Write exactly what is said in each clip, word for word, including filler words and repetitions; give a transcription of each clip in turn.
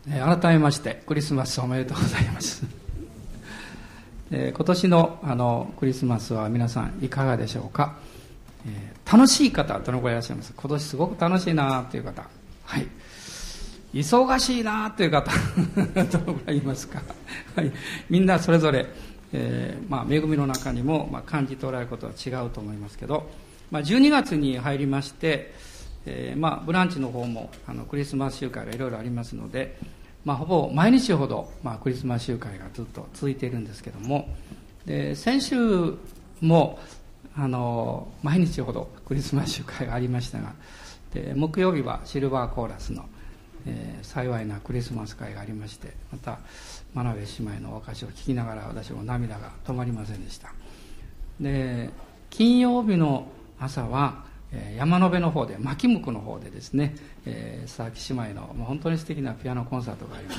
えー、改めましてクリスマスおめでとうございます、えー、今年のあのクリスマスは皆さんいかがでしょうか。えー、楽しい方どのくらいいらっしゃいます？今年すごく楽しいなという方、はい、忙しいなという方どのくらいいますか、はい、みんなそれぞれ、えーまあ、恵みの中にも、まあ、感じておられることは違うと思いますけど、まあ、じゅうにがつに入りまして、えーまあ、ブランチの方もあのクリスマス集会がいろいろありますので、まあ、ほぼ毎日ほど、まあ、クリスマス集会がずっと続いているんですけども、で先週もあの毎日ほどクリスマス集会がありましたが、で木曜日はシルバーコーラスの、えー、幸いなクリスマス会がありまして、また真鍋姉妹のお菓子を聞きながら私も涙が止まりませんでした。で金曜日の朝は山辺の方で牧向の方でですね、えー、佐々木姉妹のもう本当に素敵なピアノコンサートがあります。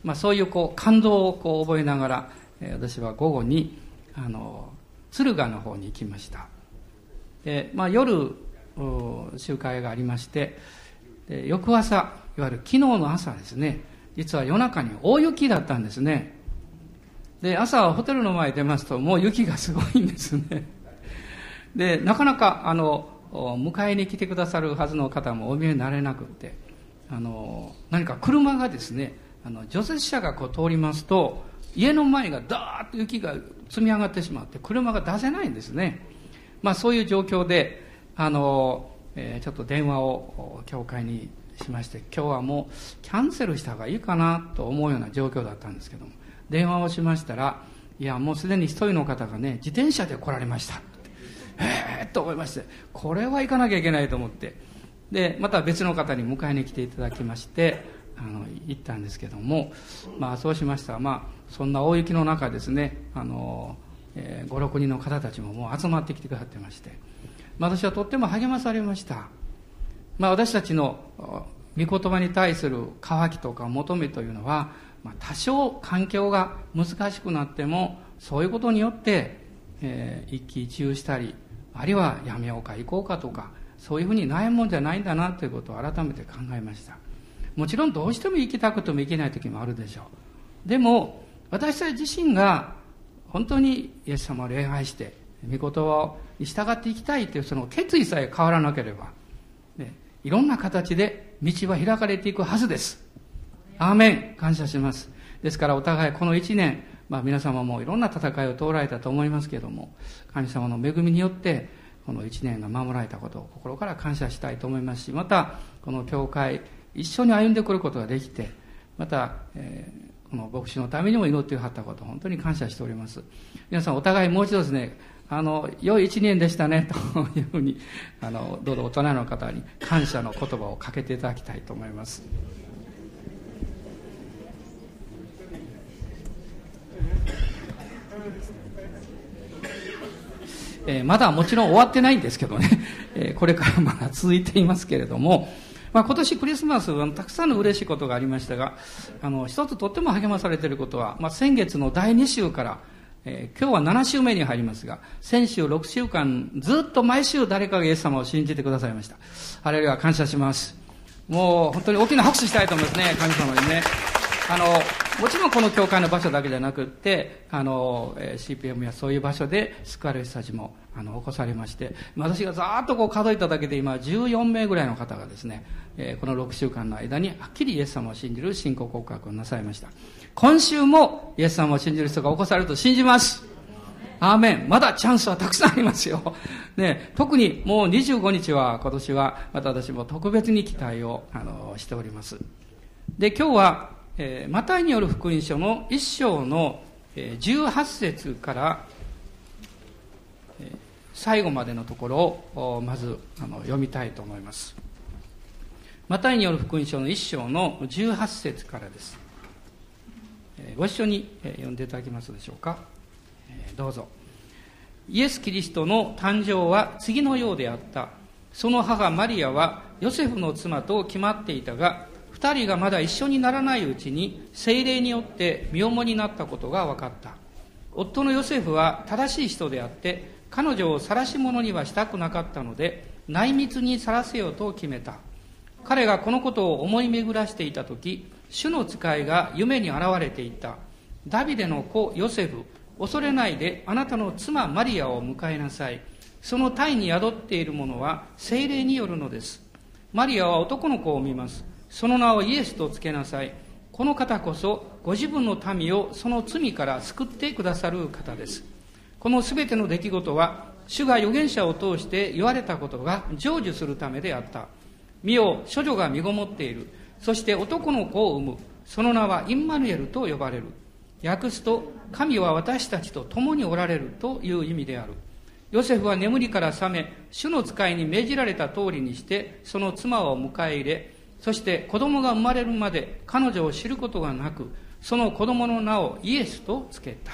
まあ、そういうこう感動をこう覚えながら、えー、私は午後にあの敦賀の方に行きました。で、まあ、夜集会がありまして、で翌朝いわゆる昨日の朝ですね、実は夜中に大雪だったんですね。で朝ホテルの前に出ますともう雪がすごいんですね。でなかなかあの迎えに来てくださるはずの方もお見えになれなくって、あの何か車がですね、あの除雪車がこう通りますと家の前がダーッと雪が積み上がってしまって車が出せないんですね。まあそういう状況であの、えー、ちょっと電話を教会にしまして、今日はもうキャンセルした方がいいかなと思うような状況だったんですけども、電話をしましたら、いやもうすでに一人の方がね自転車で来られましたえーっと思いまして、これは行かなきゃいけないと思って、でまた別の方に迎えに来ていただきましてあの行ったんですけども、まあそうしましたら、まあそんな大雪の中ですね、あの、えー、ごろくにんの方たちももう集まってきてくださってまして、私はとっても励まされました。まあ私たちの御言葉に対する渇きとか求めというのは、まあ、多少環境が難しくなってもそういうことによって、えー、一喜一憂したり、あるいはやめようか行こうかとか、そういうふうに悩むもんじゃないんだなということを改めて考えました。もちろんどうしても行きたくても行けない時もあるでしょう。でも私たち自身が本当にイエス様を礼拝して御言葉に従っていきたいというその決意さえ変わらなければ、ね、いろんな形で道は開かれていくはずです。アーメン、感謝します。ですからお互いこの一年、まあ、皆様もいろんな戦いを通られたと思いますけれども、神様の恵みによってこの一年が守られたことを心から感謝したいと思いますし、またこの教会一緒に歩んでくることができて、また、えー、この牧師のためにも祈ってはったことを本当に感謝しております。皆さんお互いもう一度ですね、あの良い一年でしたねというふうにあのどうぞ大人の方に感謝の言葉をかけていただきたいと思います。えー、まだもちろん終わってないんですけどね、えー、これからまだ続いていますけれども、まあ、今年クリスマスはたくさんの嬉しいことがありましたが、あの一つとっても励まされていることは、まあ、先月のだいに週から、えー、今日はなな週目に入りますが、先週ろく週間ずっと毎週誰かがイエス様を信じてくださいました。ハレルヤ、感謝します。もう本当に大きな拍手したいと思いますね、神様にね。あのもちろんこの教会の場所だけじゃなくって、あの シーピーエム やそういう場所で救われる人たちもあの起こされまして、私がざーっとこう数えただけで今じゅうよん名ぐらいの方がですね、えー、このろく週間の間にはっきりイエス様を信じる信仰告白をなさいました。今週もイエス様を信じる人が起こされると信じます。アーメン。まだチャンスはたくさんありますよ、ね、特にもうにじゅうごにちは今年はまた私も特別に期待をあのしております。で今日はえー、マタイによる福音書のいっ章の、えー、じゅうはち節から、えー、最後までのところをまずあの読みたいと思います。マタイによる福音書のいっ章のじゅうはち節からです。えー、ご一緒に、えー、読んでいただけますでしょうか。えー、どうぞ。イエス・キリストの誕生は次のようであった。その母マリアはヨセフの妻と決まっていたが、二人がまだ一緒にならないうちに聖霊によって身重になったことが分かった。夫のヨセフは正しい人であって、彼女を晒し者にはしたくなかったので内密に晒せようと決めた。彼がこのことを思い巡らしていたとき、 主の使いが夢に現れていた。ダビデの子ヨセフ、恐れないであなたの妻マリアを迎えなさい。その胎に宿っているものは聖霊によるのです。マリアは男の子を見ます。その名をイエスとつけなさい。この方こそご自分の民をその罪から救ってくださる方です。このすべての出来事は主が預言者を通して言われたことが成就するためであった。見よ、処女が身ごもっている。そして男の子を産む。その名はインマヌエルと呼ばれる。訳すと、神は私たちと共におられるという意味である。ヨセフは眠りから覚め、主の使いに命じられた通りにして、その妻を迎え入れ、そして子供が生まれるまで彼女を知ることがなく、その子供の名をイエスとつけた。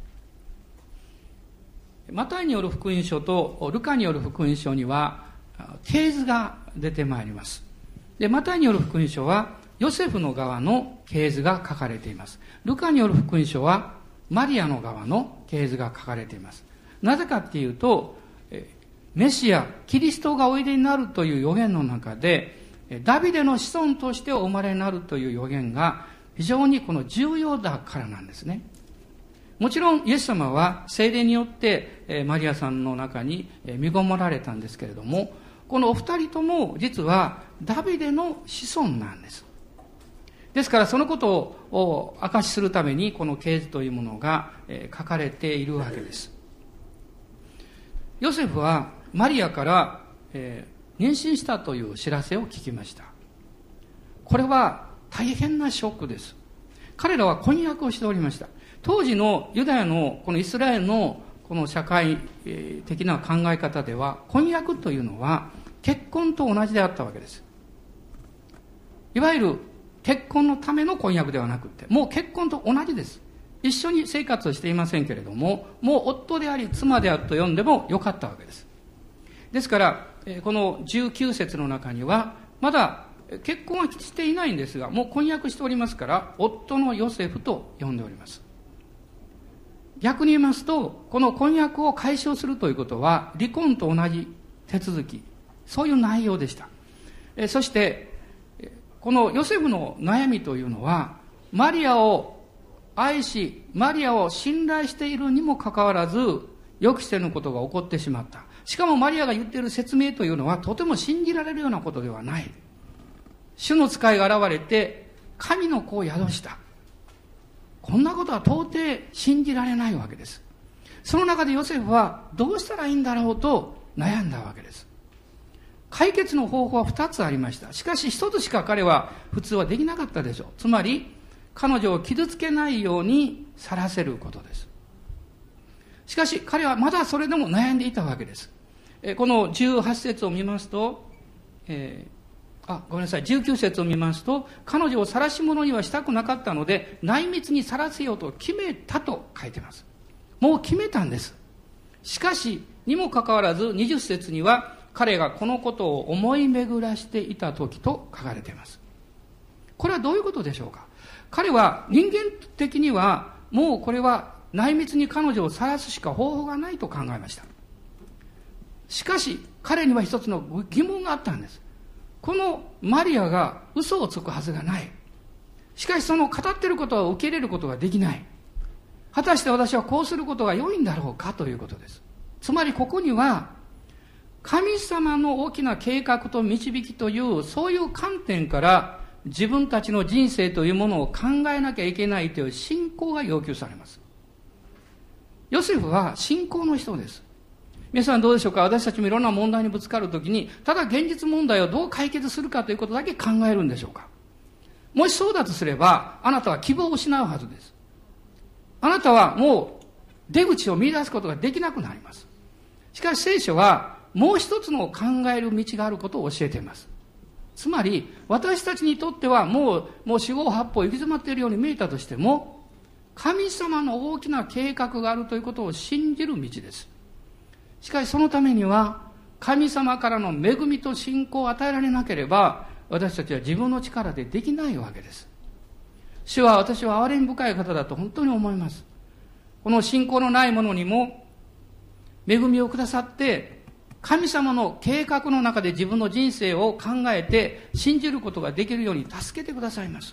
マタイによる福音書とルカによる福音書には、系図が出てまいります。で、マタイによる福音書は、ヨセフの側の系図が書かれています。ルカによる福音書は、マリアの側の系図が書かれています。なぜかっていうと、メシア、キリストがおいでになるという予言の中で、ダビデの子孫としてお生まれになるという予言が非常にこの重要だからなんですね。もちろんイエス様は聖霊によってマリアさんの中に身ごもられたんですけれども、このお二人とも実はダビデの子孫なんです。ですからそのことを証しするためにこの系図というものが書かれているわけです。ヨセフはマリアから妊娠したという知らせを聞きました。これは大変なショックです。彼らは婚約をしておりました。当時のユダヤのこのイスラエルのこの社会的な考え方では、婚約というのは結婚と同じであったわけです。いわゆる結婚のための婚約ではなくて、もう結婚と同じです。一緒に生活をしていませんけれども、もう夫であり妻であると呼んでもよかったわけです。ですからこのじゅうきゅう節の中には、まだ結婚はしていないんですが、もう婚約しておりますから、夫のヨセフと呼んでおります。逆に言いますと、この婚約を解消するということは、離婚と同じ手続き、そういう内容でした。えそして、このヨセフの悩みというのは、マリアを愛し、マリアを信頼しているにもかかわらず、予期せぬことが起こってしまった。しかもマリアが言っている説明というのは、とても信じられるようなことではない。主の使いが現れて、神の子を宿した。こんなことは到底信じられないわけです。その中でヨセフはどうしたらいいんだろうと悩んだわけです。解決の方法は二つありました。しかし一つしか彼は普通はできなかったでしょう。つまり彼女を傷つけないようにさらせることです。しかし彼はまだそれでも悩んでいたわけです。このじゅうはち節を見ますと、えーあ、ごめんなさい。じゅうきゅう節を見ますと、彼女を晒し者にはしたくなかったので、内密に晒せようと決めたと書いています。もう決めたんです。しかし、にもかかわらず、にじゅう節には、彼がこのことを思い巡らしていた時と書かれています。これはどういうことでしょうか。彼は人間的には、もうこれは内密に彼女を晒すしか方法がないと考えました。しかし、彼には一つの疑問があったんです。このマリアが嘘をつくはずがない。しかしその語っていることを受け入れることができない。果たして私はこうすることが良いんだろうかということです。つまりここには神様の大きな計画と導きというそういう観点から自分たちの人生というものを考えなきゃいけないという信仰が要求されます。ヨセフは信仰の人です。皆さんどうでしょうか。私たちもいろんな問題にぶつかるときに、ただ現実問題をどう解決するかということだけ考えるんでしょうか。もしそうだとすれば、あなたは希望を失うはずです。あなたはもう出口を見出すことができなくなります。しかし聖書はもう一つの考える道があることを教えています。つまり私たちにとってはもう、もう四方八方行き詰まっているように見えたとしても、神様の大きな計画があるということを信じる道です。しかしそのためには神様からの恵みと信仰を与えられなければ私たちは自分の力でできないわけです。主は私は憐れみ深い方だと本当に思います。この信仰のない者にも恵みをくださって神様の計画の中で自分の人生を考えて信じることができるように助けてくださいます。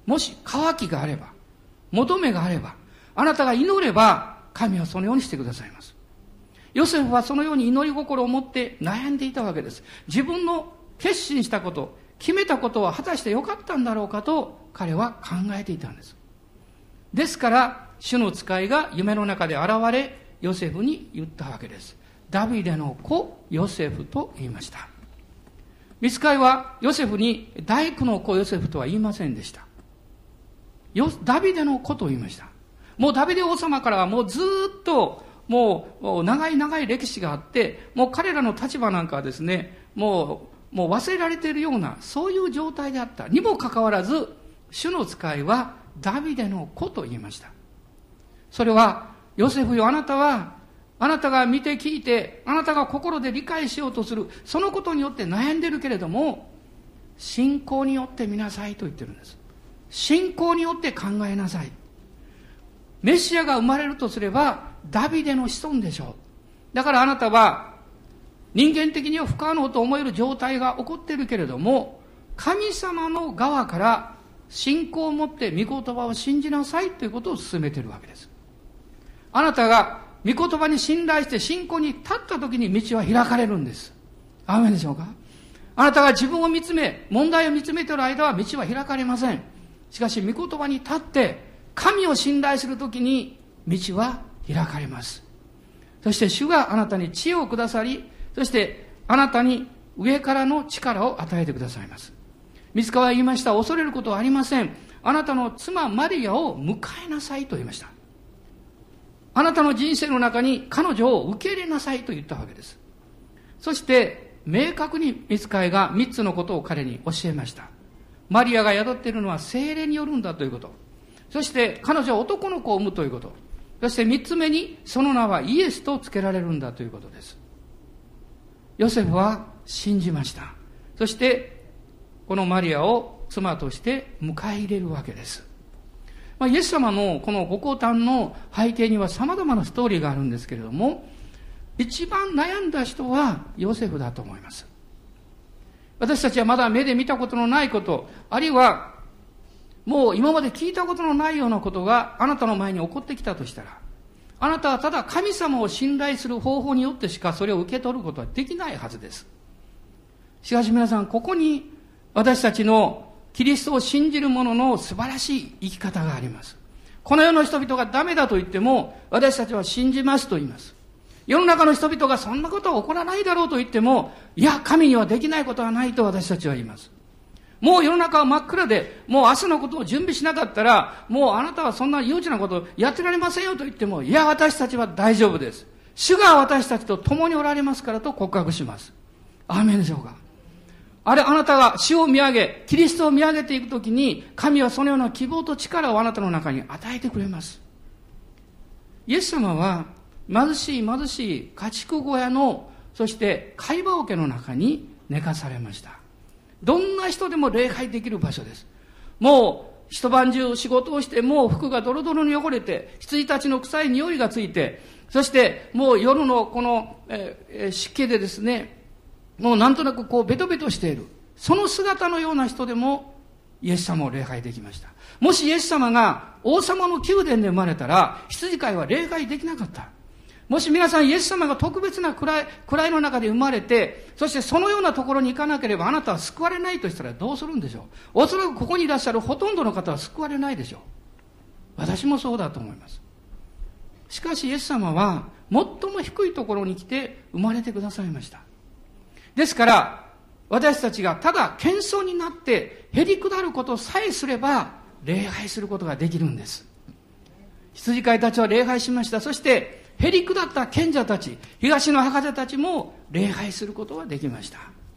もし渇きがあれば、求めがあれば、あなたが祈れば、神はそのようにしてくださいます。ヨセフはそのように祈り心を持って悩んでいたわけです。自分の決心したこと、決めたことは果たしてよかったんだろうかと彼は考えていたんです。ですから、主の使いが夢の中で現れ、ヨセフに言ったわけです。ダビデの子ヨセフと言いました。御使いはヨセフに大工の子ヨセフとは言いませんでした。ダビデの子と言いました。もうダビデ王様からはもうずっともう長い長い歴史があって、もう彼らの立場なんかはですね、もう、もう忘れられているような、そういう状態であったにもかかわらず、主の使いはダビデの子と言いました。それは、ヨセフよ、あなたは、あなたが見て聞いて、あなたが心で理解しようとする、そのことによって悩んでるけれども、信仰によって見なさいと言ってるんです。信仰によって考えなさい。メシアが生まれるとすれば、ダビデの子孫でしょう。だからあなたは、人間的には不可能と思える状態が起こっているけれども、神様の側から信仰を持って御言葉を信じなさいということを進めているわけです。あなたが御言葉に信頼して信仰に立った時に道は開かれるんです。アーメンでしょうか。あなたが自分を見つめ、問題を見つめている間は道は開かれません。しかし御言葉に立って神を信頼するときに道は開かれます。そして主があなたに知恵をくださり、そしてあなたに上からの力を与えてくださいます。御使いは言いました。恐れることはありません。あなたの妻マリアを迎えなさいと言いました。あなたの人生の中に彼女を受け入れなさいと言ったわけです。そして明確に御使いが三つのことを彼に教えました。マリアが宿っているのは聖霊によるんだということ。そして彼女は男の子を産むということ。そして三つ目にその名はイエスと付けられるんだということです。ヨセフは信じました。そしてこのマリアを妻として迎え入れるわけです。まあ、イエス様のこのご降誕の背景には様々なストーリーがあるんですけれども、一番悩んだ人はヨセフだと思います。私たちはまだ目で見たことのないこと、あるいはもう今まで聞いたことのないようなことがあなたの前に起こってきたとしたら、あなたはただ神様を信頼する方法によってしかそれを受け取ることはできないはずです。しかし皆さん、ここに私たちのキリストを信じる者の素晴らしい生き方があります。この世の人々がダメだと言っても、私たちは信じますと言います。世の中の人々がそんなことは起こらないだろうと言っても、いや、神にはできないことはないと私たちは言います。もう世の中は真っ暗で、もう明日のことを準備しなかったら、もうあなたはそんな幼稚なことをやってられませんよと言っても、いや、私たちは大丈夫です。主が私たちと共におられますからと告白します。アーメンでしょうか。あれ、あなたが主を見上げ、キリストを見上げていくときに、神はそのような希望と力をあなたの中に与えてくれます。イエス様は、貧しい貧しい家畜小屋の、そして貝羽桶の中に寝かされました。どんな人でも礼拝できる場所です。もう一晩中仕事をして、もう服がドロドロに汚れて、羊たちの臭い匂いがついて、そしてもう夜のこの、えー、湿気でですね、もうなんとなくこうベトベトしている。その姿のような人でもイエス様を礼拝できました。もしイエス様が王様の宮殿で生まれたら、羊飼いは礼拝できなかった。もし皆さんイエス様が特別な位、位の中で生まれて、そしてそのようなところに行かなければあなたは救われないとしたらどうするんでしょう。おそらくここにいらっしゃるほとんどの方は救われないでしょう。私もそうだと思います。しかしイエス様は最も低いところに来て生まれてくださいました。ですから私たちがただ謙遜になってへり下ることさえすれば礼拝することができるんです。羊飼いたちは礼拝しました。そしてへり下った賢者たち、東の博士たちも礼拝することができました。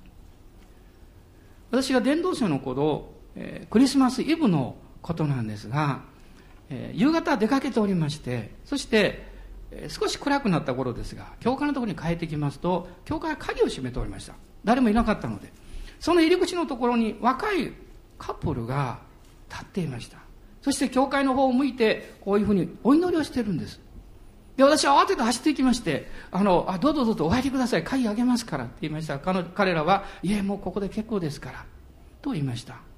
私が伝道生の頃、えー、クリスマスイブのことなんですが、えー、夕方出かけておりまして、そして、えー、少し暗くなった頃ですが、教会のところに帰ってきますと、教会は鍵を閉めておりました。誰もいなかったので、その入り口のところに若いカップルが立っていました。そして教会の方を向いてこういうふうにお祈りをしているんです。で、私は慌てて走っていきまして、あの、あ、どうぞどうぞお入りください。鍵あげますからって言いました。彼らは、いえ、もうここで結構ですから。と言いました。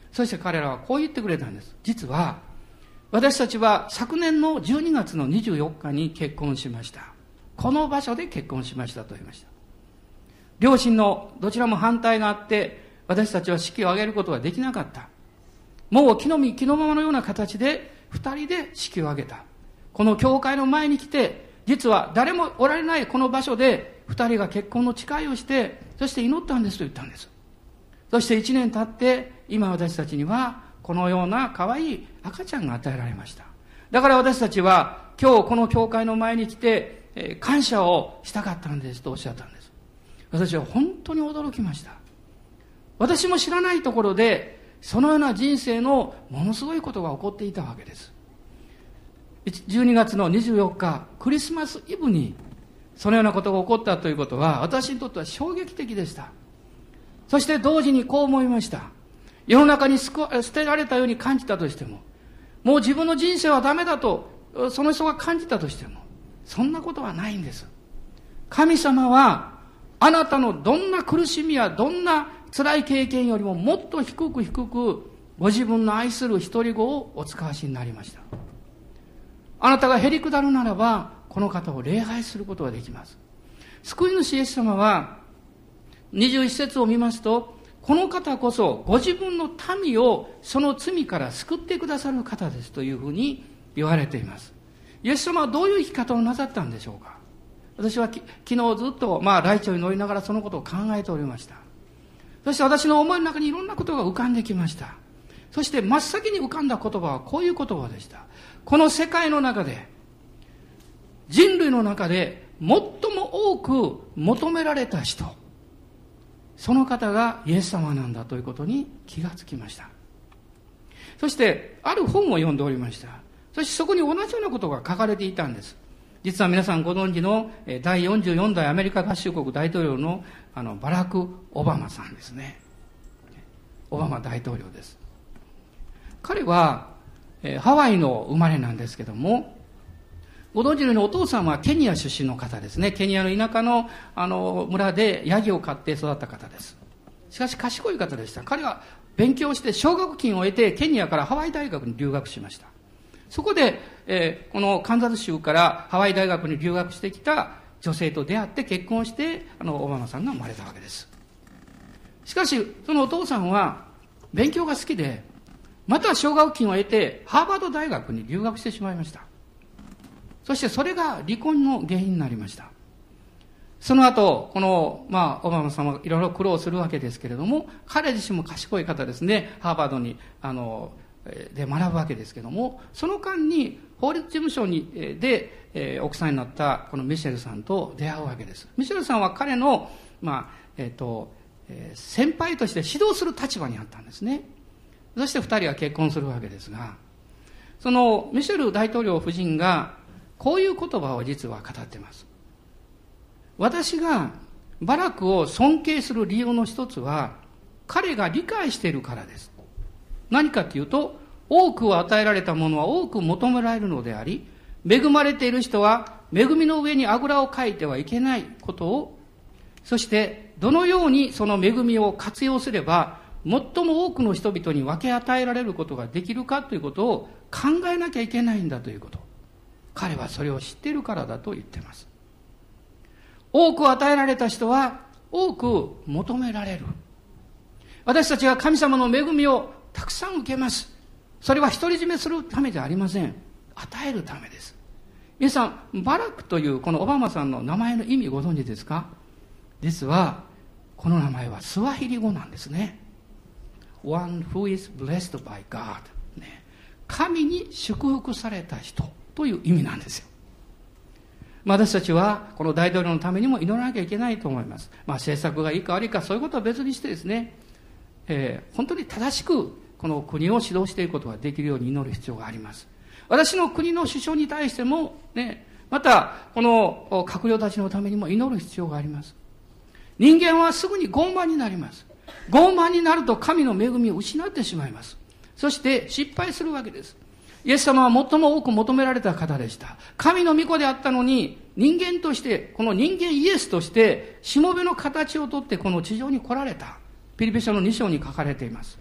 そして彼らはこう言ってくれたんです。実は私たちは昨年のじゅうにがつのにじゅうよっかに結婚しました。この場所で結婚しましたと言いました。両親のどちらも反対があって、私たちは式を挙げることができなかった。もう気の身気のままのような形で二人で式を挙げた。この教会の前に来て、実は誰もおられないこの場所で二人が結婚の誓いをして、そして祈ったんですと言ったんです。そして一年経って、今私たちにはこのような可愛い赤ちゃんが与えられました。だから私たちは今日この教会の前に来て、えー、感謝をしたかったんですとおっしゃったんです。私は本当に驚きました。私も知らないところでそのような人生のものすごいことが起こっていたわけです。じゅうにがつのにじゅうよっかクリスマスイブにそのようなことが起こったということは、私にとっては衝撃的でした。そして同時にこう思いました。世の中に捨てられたように感じたとしても、もう自分の人生はダメだとその人が感じたとしても、そんなことはないんです。神様はあなたのどんな苦しみやどんな辛い経験よりももっと低く低くご自分の愛する一人子をお使わしになりました。あなたがへりくだるならばこの方を礼拝することができます。救い主イエス様はにじゅういち節を見ますと、この方こそご自分の民をその罪から救ってくださる方ですというふうに言われています。イエス様はどういう生き方をなさったんでしょうか。私はき昨日ずっとまあライチョに乗りながらそのことを考えておりました。そして私の思いの中にいろんなことが浮かんできました。そして真っ先に浮かんだ言葉はこういう言葉でした。この世界の中で、人類の中で最も多く求められた人、その方がイエス様なんだということに気がつきました。そしてある本を読んでおりました。そしてそこに同じようなことが書かれていたんです。実は皆さんご存知のだいよんじゅうよんだいアメリカ合衆国大統領のあのバラク・オバマさんですね。オバマ大統領です。彼はハワイの生まれなんですけども、ご存知のようにお父さんはケニア出身の方ですね。ケニアの田舎のあの村でヤギを飼って育った方です。しかし賢い方でした。彼は勉強して奨学金を得てケニアからハワイ大学に留学しました。そこで、えー、このカンザス州からハワイ大学に留学してきた女性と出会って結婚して、あのオバマさんが生まれたわけです。しかしそのお父さんは勉強が好きで、また奨学金を得てハーバード大学に留学してしまいました。そしてそれが離婚の原因になりました。その後、この、まあ、オバマさんはいろいろ苦労するわけですけれども、彼自身も賢い方ですね。ハーバードに、あの、で学ぶわけですけども、その間に法律事務所にで、えー、奥さんになったこのミシェルさんと出会うわけです。ミシェルさんは彼の、まあ、えっと、えー、先輩として指導する立場にあったんですね。そして二人は結婚するわけですが、そのミシェル大統領夫人がこういう言葉を実は語っています。私がバラクを尊敬する理由の一つは、彼が理解しているからです。何かというと、多くを与えられたものは多く求められるのであり、恵まれている人は恵みの上にあぐらをかいてはいけないことを、そしてどのようにその恵みを活用すれば最も多くの人々に分け与えられることができるかということを考えなきゃいけないんだということ。彼はそれを知っているからだと言っています。多く与えられた人は多く求められる。私たちは神様の恵みをたくさん受けます。それは独り占めするためじゃありません。与えるためです。皆さん、バラクというこのオバマさんの名前の意味ご存知ですか？実はこの名前はスワヒリ語なんですね。One who is blessed by God、ね、神に祝福された人という意味なんですよ。まあ、私たちはこの大統領のためにも祈らなきゃいけないと思います。まあ、政策がいいか悪いかそういうことは別にしてですね、えー、本当に正しくこの国を指導していくことができるように祈る必要があります。私の国の首相に対しても、ね、またこの閣僚たちのためにも祈る必要があります。人間はすぐに傲慢になります。傲慢になると神の恵みを失ってしまいます。そして失敗するわけです。イエス様は最も多く求められた方でした。神の御子であったのに、人間として、この人間イエスとして、しもべの形をとってこの地上に来られた。ピリピ書のに章に書かれています。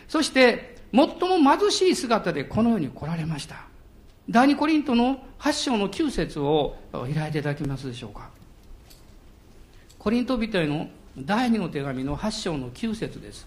そして最も貧しい姿でこの世に来られました。第二コリントのはち章のきゅう節を開いていただけますでしょうか。コリント人への第二の手紙のはち章のきゅう節です。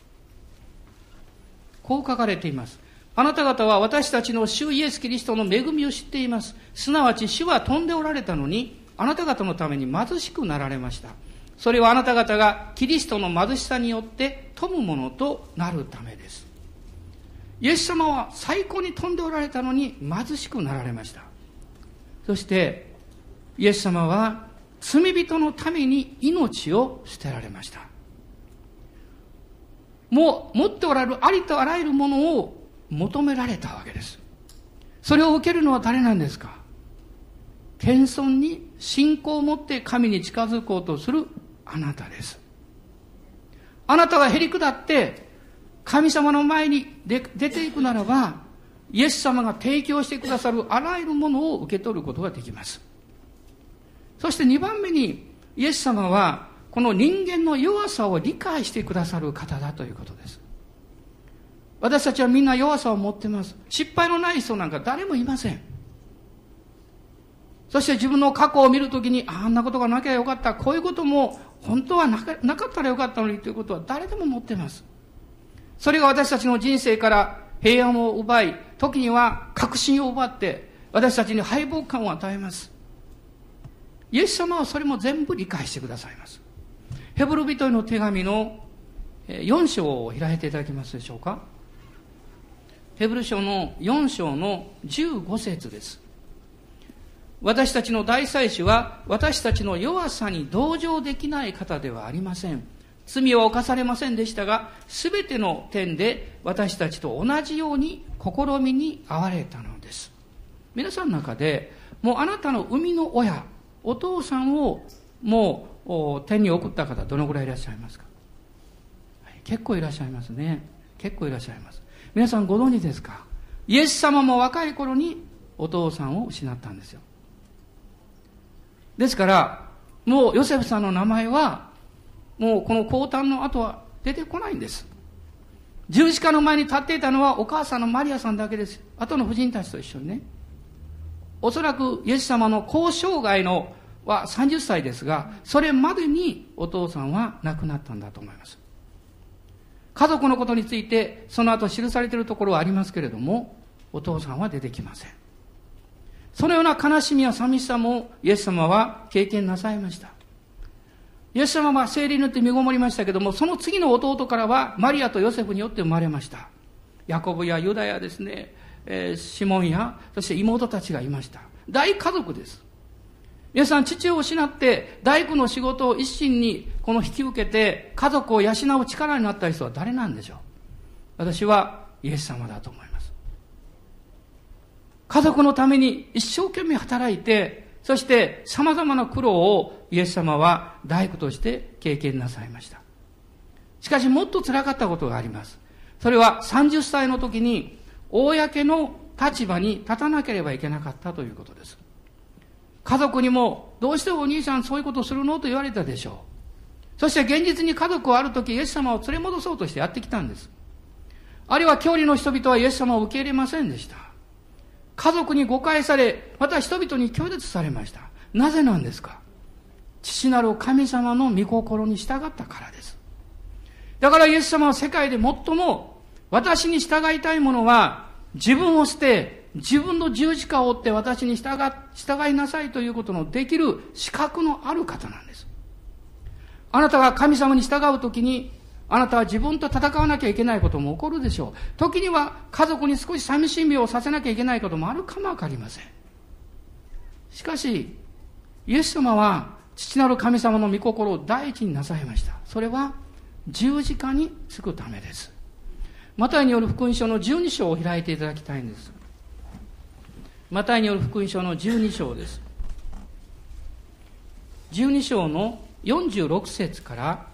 こう書かれています。あなた方は私たちの主イエスキリストの恵みを知っています。すなわち主は飛んでおられたのに、あなた方のために貧しくなられました。それはあなた方がキリストの貧しさによって富むものとなるためです。イエス様は最高に飛んでおられたのに貧しくなられました。そしてイエス様は罪人のために命を捨てられました。もう持っておられるありとあらゆるものを求められたわけです。それを受けるのは誰なんですか。謙遜に信仰を持って神に近づこうとするあなたです。あなたがへり下って神様の前に出ていくならば、イエス様が提供してくださるあらゆるものを受け取ることができます。そしてにばんめに、イエス様はこの人間の弱さを理解してくださる方だということです。私たちはみんな弱さを持っています。失敗のない人なんか誰もいません。そして自分の過去を見るときに、あんなことがなきゃよかった、こういうことも本当はなか、なかったらよかったのにということは誰でも持っています。それが私たちの人生から平安を奪い、時には確信を奪って私たちに敗北感を与えます。イエス様はそれも全部理解してくださいます。ヘブル人への手紙のよん章を開いていただけますでしょうか。ヘブル書のよん章のじゅうご節です。私たちの大祭司は私たちの弱さに同情できない方ではありません。罪は犯されませんでしたが、すべての点で私たちと同じように試みに遭われたのです。皆さんの中でもうあなたの生みの親、お父さんをもう天に送った方どのぐらいいらっしゃいますか。はい、結構いらっしゃいますね。結構いらっしゃいます。皆さんご存知ですか。イエス様も若い頃にお父さんを失ったんですよ。ですからもうヨセフさんの名前はもうこの降誕の後は出てこないんです。十字架の前に立っていたのはお母さんのマリアさんだけです。後の婦人たちと一緒にね。おそらくイエス様の高生涯のはさんじゅっさいですが、それまでにお父さんは亡くなったんだと思います。家族のことについてその後記されているところはありますけれども、お父さんは出てきません。そのような悲しみや寂しさもイエス様は経験なさいました。イエス様は聖霊によって身ごもりましたけども、その次の弟からはマリアとヨセフによって生まれました。ヤコブやユダやですね、えー、シモンやそして妹たちがいました。大家族です。皆さん、父を失って大工の仕事を一心にこの引き受けて家族を養う力になった人は誰なんでしょう。私はイエス様だと思います。家族のために一生懸命働いて、そして様々な苦労をイエス様は大工として経験なさいました。しかしもっと辛かったことがあります。それはさんじゅっさいの時に公の立場に立たなければいけなかったということです。家族にもどうしてお兄さんそういうことするのと言われたでしょう。そして現実に家族はある時イエス様を連れ戻そうとしてやってきたんです。あるいは教理の人々はイエス様を受け入れませんでした。家族に誤解され、また人々に拒絶されました。なぜなんですか。父なる神様の御心に従ったからです。だからイエス様は世界で最も私に従いたいものは自分を捨て、自分の十字架を追って私に従、従いなさいということのできる資格のある方なんです。あなたが神様に従うときに、あなたは自分と戦わなきゃいけないことも起こるでしょう。時には家族に少し寂しみをさせなきゃいけないこともあるかもわかりません。しかし、イエス様は父なる神様の御心を第一になさいました。それは十字架につくためです。マタイによる福音書のじゅうに章を開いていただきたいんです。マタイによる福音書のじゅうに章です。じゅうに章のよんじゅうろく節から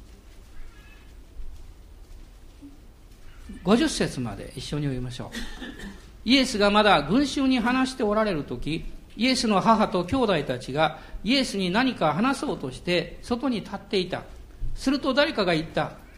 ごじゅっ節まで一緒に読みましょう。イエスがまだ群衆に話しておられるとき、イエスの母と兄弟たちがイエスに何か話そうとして外に立っていた。すると誰かが言った。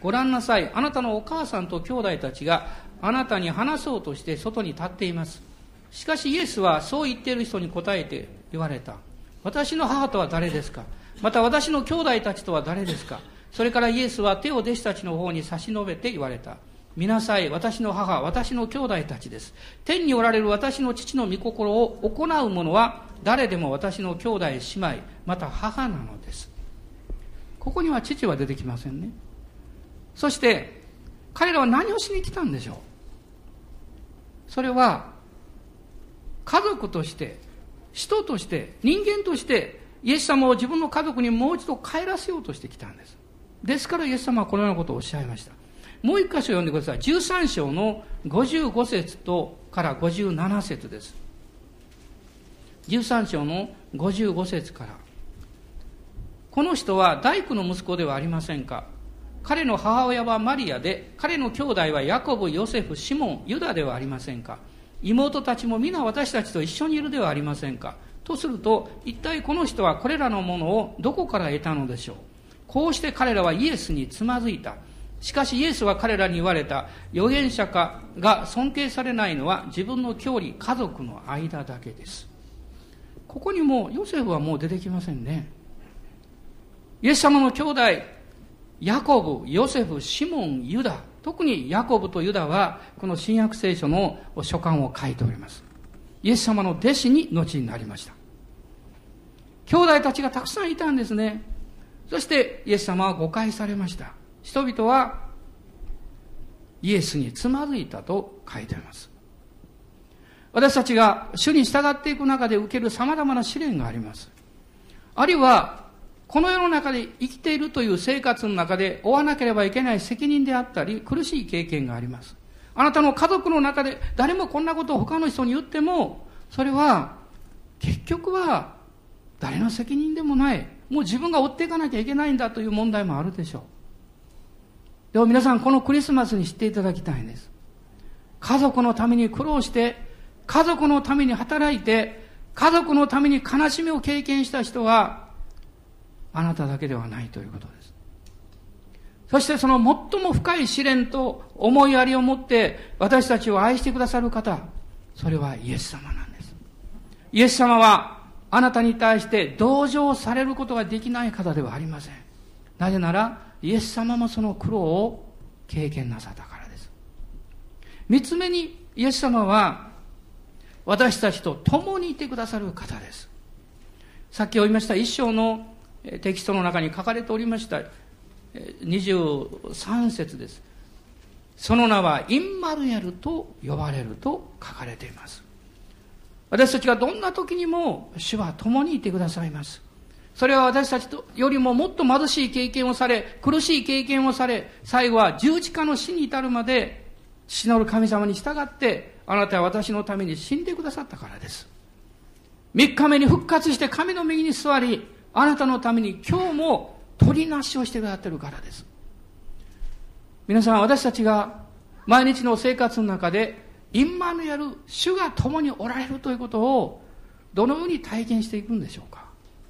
ご覧なさい。あなたのお母さんと兄弟たちがあなたに話そうとして外に立っています。しかしイエスはそう言っている人に答えて言われた。私の母とは誰ですか？また私の兄弟たちとは誰ですか？それからイエスは手を弟子たちの方に差し伸べて言われた。見なさい、私の母、私の兄弟たちです。天におられる私の父の御心を行う者は誰でも私の兄弟姉妹、また母なのです。ここには父は出てきませんね。そして彼らは何をしに来たんでしょう。それは家族として、人として、人間としてイエス様を自分の家族にもう一度帰らせようとしてきたんです。ですからイエス様はこのようなことをおっしゃいました。もう一箇所読んでください。じゅうさん章のごじゅうご節とからごじゅうなな節です。じゅうさん章のごじゅうご節から。この人は大工の息子ではありませんか？彼の母親はマリアで、彼の兄弟はヤコブ、ヨセフ、シモン、ユダではありませんか？妹たちも皆私たちと一緒にいるではありませんか？とすると、一体この人はこれらのものをどこから得たのでしょう？こうして彼らはイエスにつまずいた。しかしイエスは彼らに言われた。預言者家が尊敬されないのは自分の郷里、家族の間だけです。ここにもヨセフはもう出てきませんね。イエス様の兄弟、ヤコブ、ヨセフ、シモン、ユダ、特にヤコブとユダはこの新約聖書の書簡を書いております。イエス様の弟子に後になりました。兄弟たちがたくさんいたんですね。そしてイエス様は誤解されました。人々はイエスにつまずいたと書いてあります。私たちが主に従っていく中で受ける様々な試練があります。あるいはこの世の中で生きているという生活の中で負わなければいけない責任であったり苦しい経験があります。あなたの家族の中で誰もこんなことを他の人に言っても、それは結局は誰の責任でもない、もう自分が追っていかなきゃいけないんだという問題もあるでしょう。でも皆さん、このクリスマスに知っていただきたいんです。家族のために苦労して、家族のために働いて、家族のために悲しみを経験した人はあなただけではないということです。そしてその最も深い試練と思いやりを持って私たちを愛してくださる方、それはイエス様なんです。イエス様はあなたに対して同情されることができない方ではありません。なぜならイエス様もその苦労を経験なさったからです。三つ目に、イエス様は私たちと共にいてくださる方です。さっき読みました一章のテキストの中に書かれておりましたにじゅうさん節です。その名はインマヌエルと呼ばれると書かれています。私たちがどんな時にも主は共にいてくださいます。それは私たちよりももっと貧しい経験をされ、苦しい経験をされ、最後は十字架の死に至るまで父なる神様に従ってあなたは私のために死んでくださったからです。三日目に復活して神の右に座り、あなたのために今日も取りなしをしてくださっているからです。皆さん、私たちが毎日の生活の中でインマヌエル、主が共におられるということをどのように体験していくんでしょうか。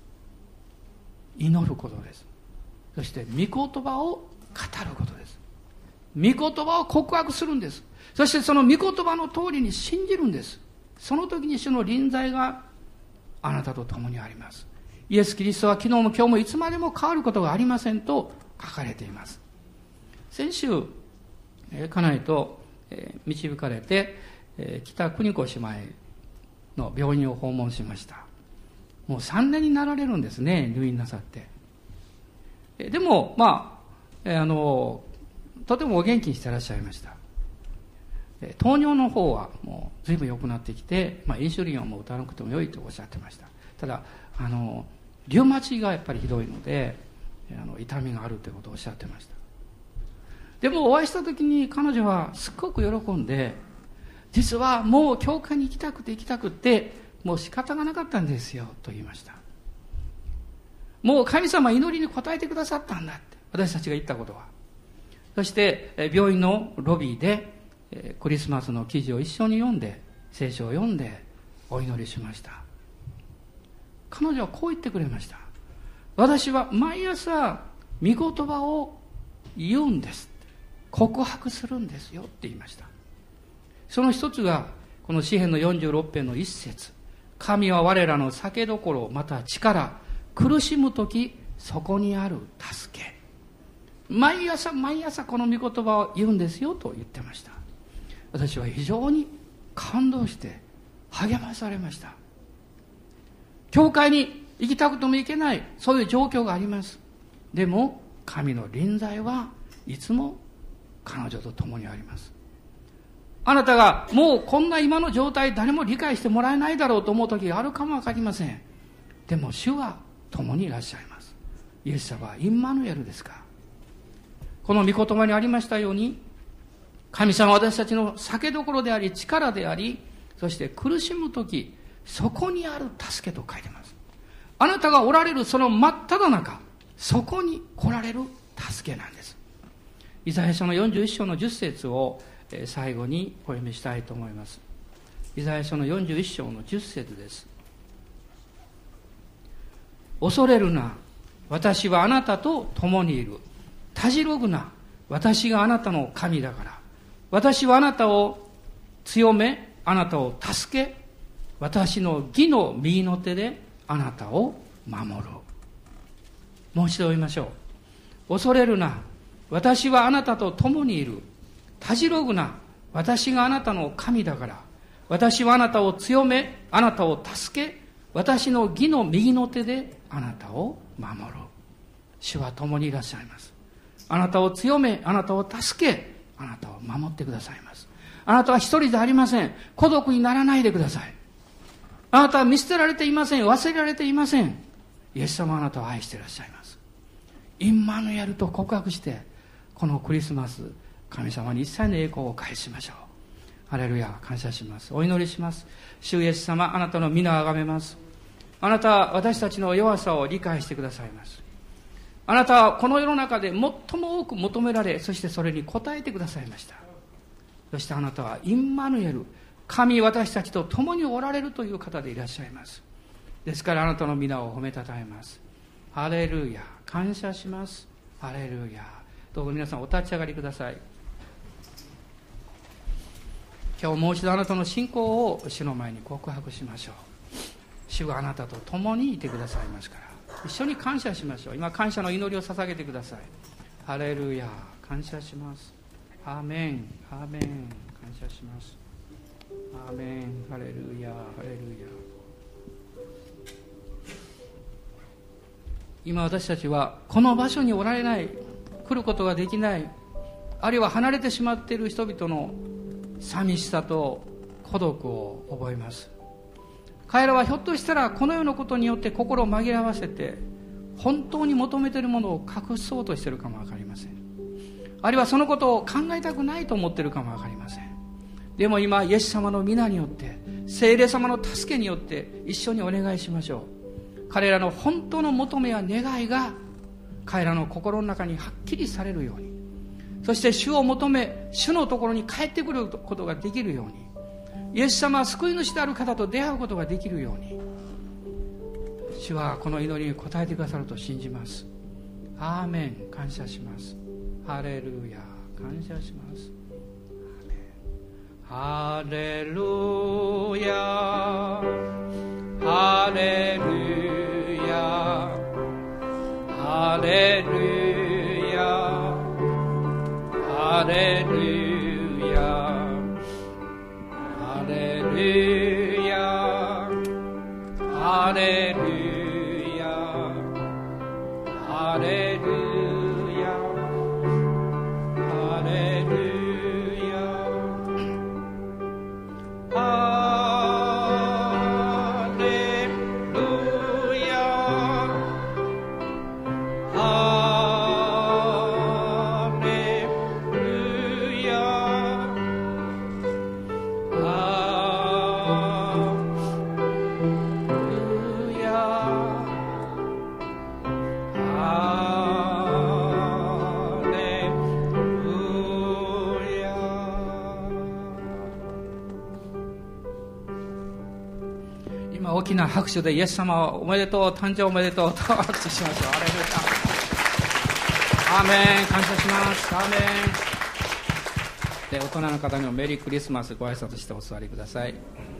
祈ることです。そして御言葉を語ることです。御言葉を告白するんです。そしてその御言葉の通りに信じるんです。その時に主の臨在があなたと共にあります。イエス・キリストは昨日も今日もいつまでも変わることがありませんと書かれています。先週家内と導かれて北国子姉妹の病院を訪問しました。もうさんねんになられるんですね、入院なさって。でもまああのとてもお元気にしてらっしゃいました。糖尿の方はもう随分良くなってきて、まあ、インシュリンをもう打たなくても良いとおっしゃってました。ただあのリウマチがやっぱりひどいのであの痛みがあるということをおっしゃってました。でもお会いした時に彼女はすっごく喜んで、実はもう教会に行きたくて行きたくてもう仕方がなかったんですよと言いました。もう神様は祈りに応えてくださったんだって、私たちが言ったことは。そして病院のロビーでクリスマスの記事を一緒に読んで、聖書を読んでお祈りしました。彼女はこう言ってくれました。私は毎朝御言葉を言うんです。告白するんですよって言いました。その一つがこの詩編のよんじゅうろく編の一節、神は我らの酒どころまた力、苦しむときそこにある助け。毎朝毎朝この御言葉を言うんですよと言ってました。私は非常に感動して励まされました。教会に行きたくても行けない、そういう状況があります。でも神の臨在はいつも彼女と共にあります。あなたがもうこんな今の状態誰も理解してもらえないだろうと思う時があるかもわかりません。でも主は共にいらっしゃいます。イエス様はインマヌエルですか。この御言葉にありましたように、神様は私たちの酒どころであり力であり、そして苦しむときそこにある助けと書いてます。あなたがおられるその真っ只中、そこに来られる助けなんです。イザヤ書のよんじゅういっ章のじゅっ節を最後にお読みしたいと思います。イザヤ書のよんじゅういっ章のじゅっ節です。恐れるな、私はあなたと共にいる。たじろぐな、私があなたの神だから。私はあなたを強め、あなたを助け、私の義の右の手であなたを守る。もう一度言いましょう。恐れるな、私はあなたと共にいる。たじろぐな、私があなたの神だから。私はあなたを強め、あなたを助け、私の義の右の手であなたを守る。主は共にいらっしゃいます。あなたを強め、あなたを助け、あなたを守ってくださいます。あなたは一人でありません。孤独にならないでください。あなたは見捨てられていません。忘れられていません。イエス様はあなたを愛していらっしゃいます。インマヌエルと告白して、このクリスマス、神様に一切の栄光を返しましょう。ハレルヤ、感謝します。お祈りします。主イエス様、あなたの皆をあがめます。あなたは私たちの弱さを理解してくださいます。あなたはこの世の中で最も多く求められ、そしてそれに応えてくださいました。そしてあなたはインマヌエル、神私たちと共におられるという方でいらっしゃいます。ですからあなたの皆を褒めたたえます。ハレルヤ、感謝します。ハレルヤ。どうぞ皆さんお立ち上がりください。今日もう一度あなたの信仰を主の前に告白しましょう。主があなたと共にいてくださいますから、一緒に感謝しましょう。今感謝の祈りを捧げてください。ハレルヤ、感謝します。アーメン、アーメン、感謝します。アーメン、ハレルヤ、ハレルヤ。今私たちはこの場所におられない、来ることができない、あるいは離れてしまっている人々の寂しさと孤独を覚えます。彼らはひょっとしたらこの世のことによって心を紛らわせて、本当に求めているものを隠そうとしているかもわかりません。あるいはそのことを考えたくないと思っているかもわかりません。でも今イエス様の皆によって、聖霊様の助けによって一緒にお願いしましょう。彼らの本当の求めや願いが彼らの心の中にはっきりされるように、そして主を求め主のところに帰ってくることができるように、イエス様は救い主である方と出会うことができるように、主はこの祈りに応えてくださると信じます。アーメン、感謝します。ハレルヤ、感謝します。ハレルヤ、ハレルヤ、ハレルヤ、ハレルヤ、ハレルヤ、ハレルヤ、ハレルヤ、ハレルヤ、ハレルヤ、ハレルヤ、今大きな拍手でイエス様おめでとう、誕生おめでとうと拍手しましょう。ハレルヤ、 アーメン。感謝します。アーメン。で、大人の方にもメリークリスマスご挨拶してお座りください。